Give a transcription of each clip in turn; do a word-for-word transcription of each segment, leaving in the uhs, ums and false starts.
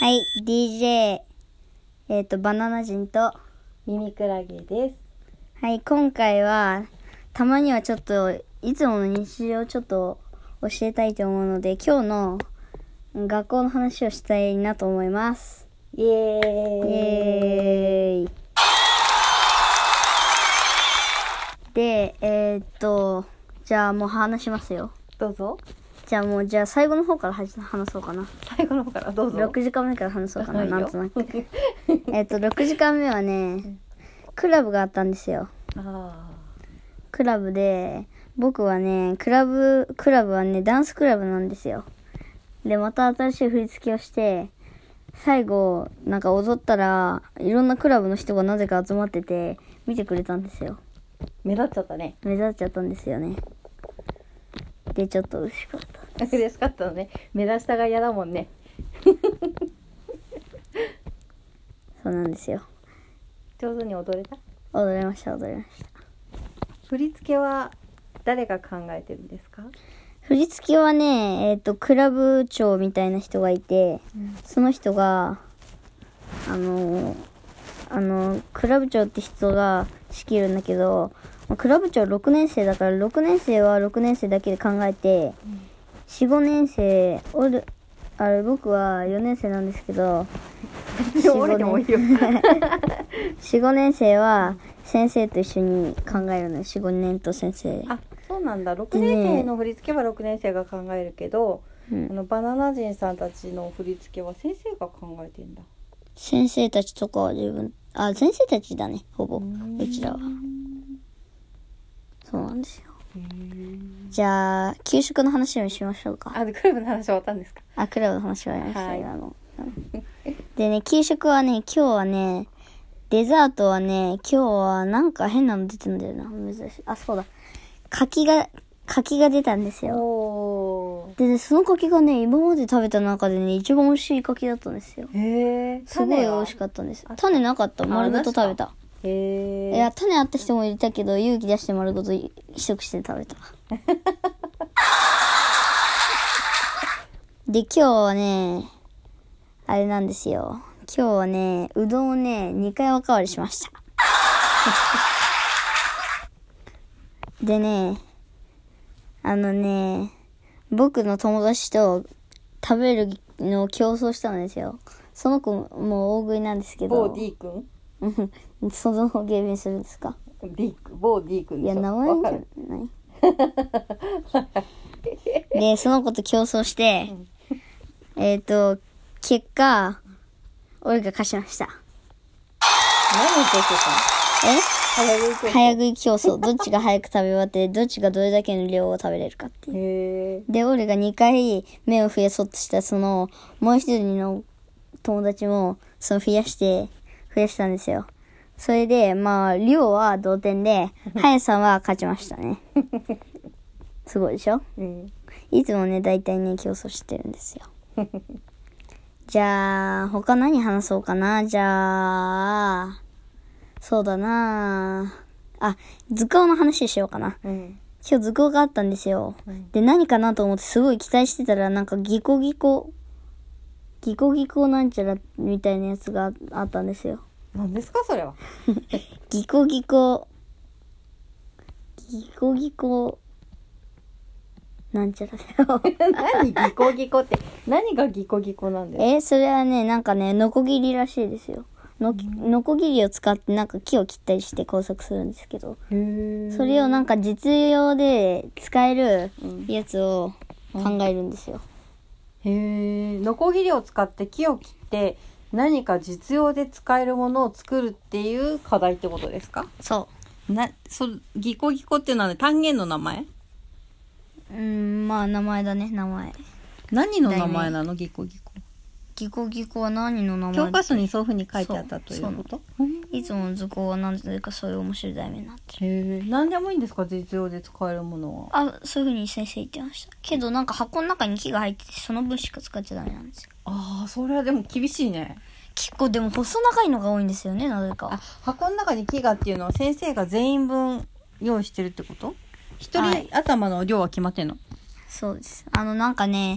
はい、ディージェー、えっと、バナナ人と、 耳クラゲです。 はい、今回は、たまにはちょっと、いつもの日常をちょっと教えたいと思うので、今日の学校の話をしたいなと思います。 イエーイ。 イエーイ。で、えー、っと、じゃあもう話しますよ。 どうぞ。 じゃあもう、じゃあ最後の方から話そうかな。 最後の方からどうぞ。 ろくじかんめから話そうかな、 はいよなんとなく。えっと、ろくじかんめはね、クラブがあったんですよ。 あクラブで、僕はね、クラブ、クラブはね、ダンスクラブなんですよ。で、また新しい振り付けをして、最後、なんか踊ったら、いろんなクラブの人がなぜか集まってて、見てくれたんですよ。 ー、目立っちゃったね。 目立っちゃったんですよね。で、ちょっと嬉しかった。 嬉しかったのね。目立ちたが嫌だもんね。 そうなんですよ。 上手に踊れた？ 踊れました、踊れました。 振り付けは誰が考えてるんですか？ 振り付けはね、えっと、クラブ長みたいな人がいて、 うん、 その人が、あの、あの、クラブ長って人が仕切るんだけど、クラブ長ろくねん生だから、ろくねん生はろくねん生だけで考えて、よん、ごねん生、おる、あれ、僕はよねん生なんですけど、よん、ごねん、よん、ごねん生は先生と一緒に考えるのよ、よん、ごねんと先生。 あ、そうなんだ。ろくねん生の振り付けはろくねん生が考えるけど、 うん、 あのバナナ人さんたちの振り付けは先生が考えてんだ。 先生たちとかは自分、あ、先生たちだね、ほぼ、うちらは。そうなんですよ。じゃあ、給食の話をしましょうか。 あ、でクラブの話終わったんですか？ あ、クラブの話はやりました、 はい、 今の。でね、給食はね、今日はね、デザートはね、今日はなんか変なの出てんだよな。珍しい。あ、そうだ。柿が、柿が出たんですよ。 おー。 でね、その柿がね、今まで食べた中でね、一番美味しい柿だったんですよ。 へー。 すごい美味しかったんです。種なかった。丸ごと食べた。 へー。 いや、種あった人もいたけど、勇気出して丸ごと一口して食べた。で、今日はね、あれなんですよ。今日はね、うどんをね、にかいおかわりしました。でね、あのね、僕の友達と食べるのを競争したんですよ。その子も大食いなんですけど。 某 D 君？ その芸名するんですか？ D 君、某 D 君いや、名前じゃないで、その子と競争して、うん、えっと、結果、俺が勝ちました。 何を競争したの？ え？ 早食い競争。 早食い競争。どっちが早く食べ終わって、どっちがどれだけの量を食べれるかっていう。 へー。 で、俺がにかい目を増やそうとしたその、もう一人の友達も、その増やして、増やしたんですよ。それで、まあ、量は同点で、速さは勝ちましたね。すごいでしょ？ うん。 いつもね、大体ね、競争してるんですよ。じゃあ、他何話そうかな。じゃあ、そうだなあ。図工の話しようかな。 うん、 今日図工があったんですよ。うん、で、何かなと思ってすごい期待してたら、なんかギコギコ、ギコギコなんちゃらみたいなやつがあったんですよ。 何ですかそれは？ ギコギコ、ギコギコ、なんちゃらだよ。 何ギコギコって、何がギコギコなんですか？ えー、それはね、なんかね、ノコギリらしいですよ。の、ノコギリを使ってなんか木を切ったりして工作するんですけど、 へー。 それをなんか実用で使えるやつを考えるんですよ。 うん、へー。ノコギリを使って木を切って何か実用で使えるものを作るっていう課題ってことですか？ そう。 な、そ、ギコギコっていうのはね、単元の名前？ うーん、まあ名前だね、名前。 何の名前なの？ギコギコ。 ギコギコは何の名前？ 教科書にそういう風に書いてあったということ？ いつもの図工は何でかそういう面白い題名になってる。 へえ。何でもいいんですか？実用で使えるものは。 あ、そういう風に先生言ってました。けどなんか箱の中に木が入っててその分しか使っちゃダメなんですよ。 ああ、それはでも厳しいね。 結構でも細長いのが多いんですよね、なぜか。 あ、箱の中に木がっていうのは先生が全員分用意してるってこと？一人頭の量は決まってんの？ そうです。あのなんかね、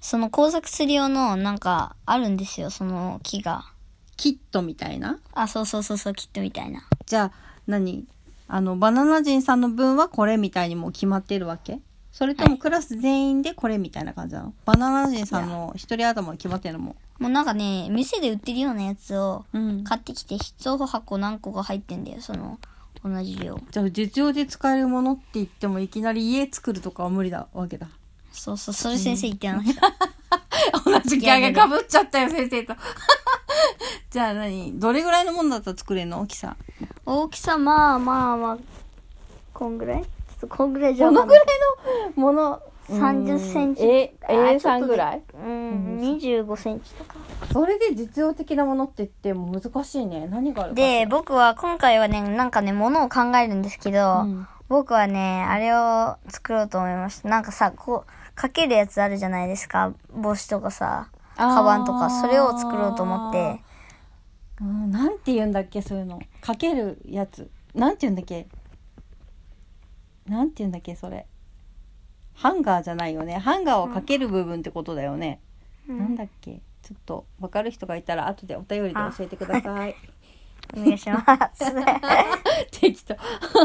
その工作する用のなんかあるんですよ、その木が。 キットみたいな。 あ、そうそうそうそう、キットみたいな。 じゃあ何あのバナナ人さんの分はこれみたいにもう決まってるわけ？それともクラス全員でこれみたいな感じなの？バナナ人さんの一人頭決まってるのも。 もうなんかね、店で売ってるようなやつをうん。 買ってきて、一箱何個か入ってんだよ、その、同じ量。 じゃあ実用で使えるものって言ってもいきなり家作るとかは無理だわけだ。 そうそう、それ先生言ってました。 同じギャが被っちゃったよ先生と。じゃあ何どれぐらいのものだったら作れるの？大きさ。 大きさ、まあまあまあ、こんぐらいちょっとこんぐらいじゃこのぐらいのもの。 さんじゅっセンチ。 え、 あエー さんちょっとぐらい？ うん、にじゅうごセンチとか。 それで実用的なものって言っても難しいね。何があるかしら。 で、僕は今回はね、なんかね、ものを考えるんですけど、 うん僕はね、あれを作ろうと思いました。なんかさ、こう、かけるやつあるじゃないですか。帽子とかさ、カバンとか、それを作ろうと思って。 うん、なんて言うんだっけそういうの。かけるやつ。なんて言うんだっけなんて言うんだっけそれ。ハンガーじゃないよね。ハンガーをかける部分ってことだよね。 うん、 なんだっけちょっとわかる人がいたら後でお便りで教えてください。 お願いします。 適当。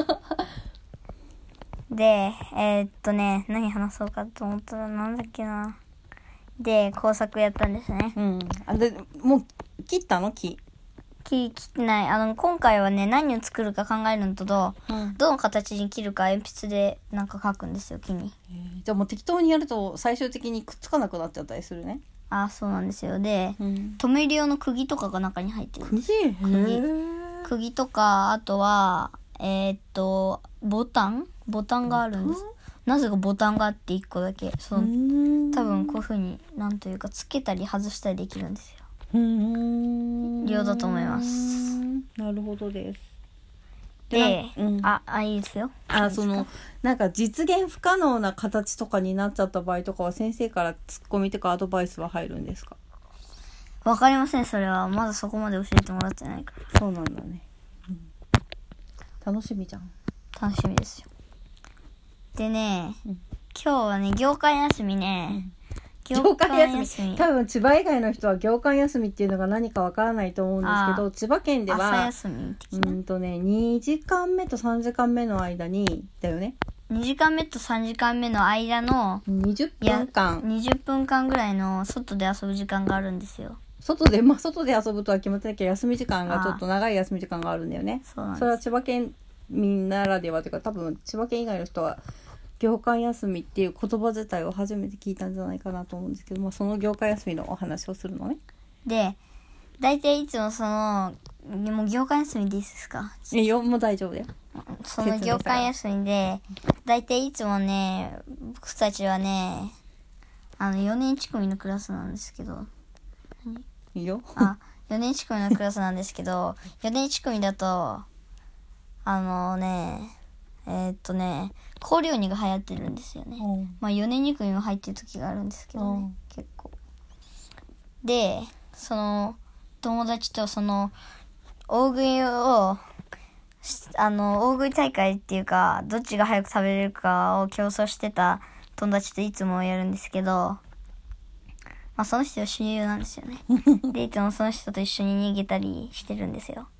で、えー、っとね、何話そうかと思ったらなんだっけな。で、工作やったんですね。 うん。あでもう切ったの木。 木切ってない。あの、今回はね、何を作るか考えるのとど、 うんどの形に切るか鉛筆でなんか書くんですよ、木に。 えーじゃあもう適当にやると最終的にくっつかなくなっちゃったりするね。 あ、そうなんですよ。で、 うん。 留める用の釘とかが中に入ってる。 釘？釘。 釘とか、あとは、えー、っと、ボタンボタンがあるんです。なぜかボタンがあっていっこだけ。そう。多分こういう風に、なんというか、つけたり外したりできるんですよ。 うーん。 量だと思います。 なるほどです。 で、 うん、 あ、あ、いいですよ。 あ、その、なんか実現不可能な形とかになっちゃった場合とかは先生からツッコミとかアドバイスは入るんですか？ わかりません、それは。まだそこまで教えてもらってないから。 そうなんだね。うん、楽しみじゃん。 楽しみですよ。でね、 うん、 今日はね、業界休みね。 うん業界休み。多分千葉以外の人は業界休みっていうのが何かわからないと思うんですけど、千葉県では朝休み的な。 うんとね、にじかんめとさんじかんめの間にだよね。 にじかんめとさんじかんめの間のにじゅっぷんかんにじゅっぷんかんぐらいの外で遊ぶ時間があるんですよ。 外でまあ外で遊ぶとは決まってないけど休み時間がちょっと長い休み時間があるんだよね。 そうなんです。 それは千葉県民ならではというか多分千葉県以外の人は業界休みっていう言葉自体を初めて聞いたんじゃないかなと思うんですけど、まあ、その業界休みのお話をするのね。 で、大体いつもその、もう業界休みでいいですか？ いや、もう大丈夫だよ。 その業界休みで、大体いつもね、僕たちはね、あの、よねんち組のクラスなんですけど、 いいよ。 あ、よねんち組のクラスなんですけど、よねんち組だと、あのね、えー、っとね、氷鬼が流行ってるんですよね。 うん、 まあよねんに組も入ってる時があるんですけどね、 うん、 結構。で、その、友達とその、大食いを、あの、大食い大会っていうか、どっちが早く食べれるかを競争してた友達といつもやるんですけど、まあその人は親友なんですよね。で、いつもその人と一緒に逃げたりしてるんですよ。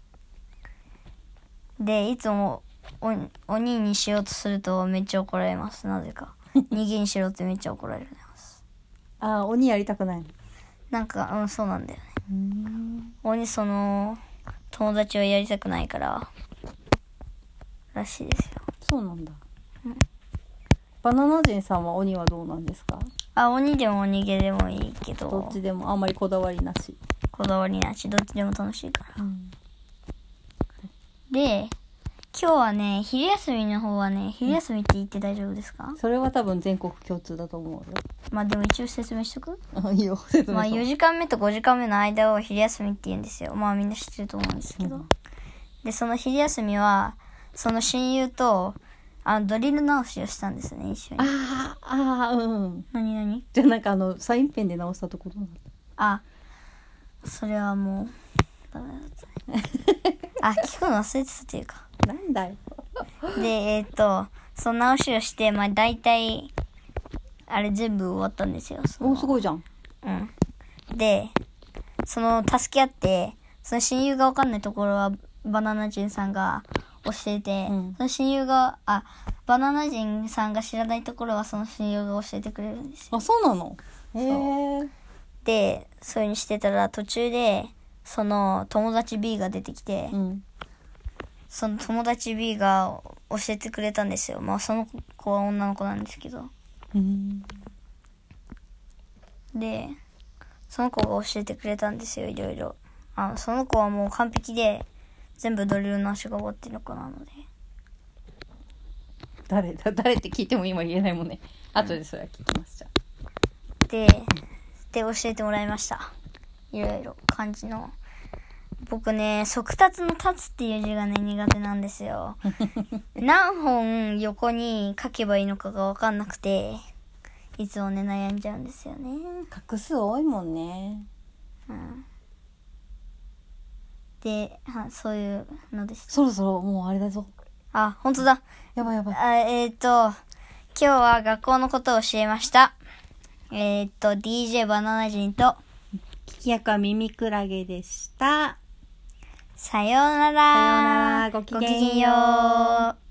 で、いつもお鬼にしようとするとめっちゃ怒られます。なぜか。逃げにしろってめっちゃ怒られます。 ああ、鬼やりたくないの？ なんか、うん、そうなんだよね。 うーん鬼、その、友達はやりたくないから、らしいですよ。 そうなんだ。 うん、 バナナ人さんは鬼はどうなんですか？ あ、鬼でも逃げでもいいけど、 どっちでもあんまりこだわりなし。 こだわりなし、どっちでも楽しいから。 うん、 で、今日はね、昼休みの方はね、昼休みって言って大丈夫ですか？ それは多分全国共通だと思うよ。 まあでも一応説明しとく？ あ、いいよ、説明しとく。 まあよじかんめとごじかんめの間を昼休みって言うんですよ。まあみんな知ってると思うんですけど。うん、で、その昼休みは、その親友と、あの、ドリル直しをしたんですね、一緒に。 ああ、ああ、うん。 何何？ じゃあなんかあの、サインペンで直したところだった。 あ、それはもう、ダメだったね。あ、聞くの忘れてたっていうか。 なんだよ。 で、えっと、その直しをして、まあ大体、 あれ全部終わったんですよ。そのお、すごいじゃん。 うん。で、その助け合って、その親友がわかんないところはバナナ人さんが教えて、 うん、 その親友が、あ、バナナ人さんが知らないところはその親友が教えてくれるんですよ。 あ、そうなの？へえ。 で、そういう風にしてたら途中で、その友達 B が出てきて、 うん。 その友達 B が教えてくれたんですよ。まあその子は女の子なんですけど。 うん。 で、その子が教えてくれたんですよ、いろいろ。あ、その子はもう完璧で、全部ドリルの足が終わってるの子なので。 誰だ誰って聞いても今言えないもんね。後でそれは聞きます。じゃあ。 で、で教えてもらいました。いろいろ漢字の。僕ね、速達の達っていう字がね、苦手なんですよ。何本横に書けばいいのかがわかんなくて、いつもね、悩んじゃうんですよね。 画数多いもんね。 うん。で、はそういうのでした。 そろそろもうあれだぞ。 あ、本当だ。 やばいやばい。 あえっ、ー、と、今日は学校のことを教えました。えっ、ー、と、ディージェー バナナ人と、 聞き役は耳クラゲでした。 さようなら。 さようなら。ごきげんよう。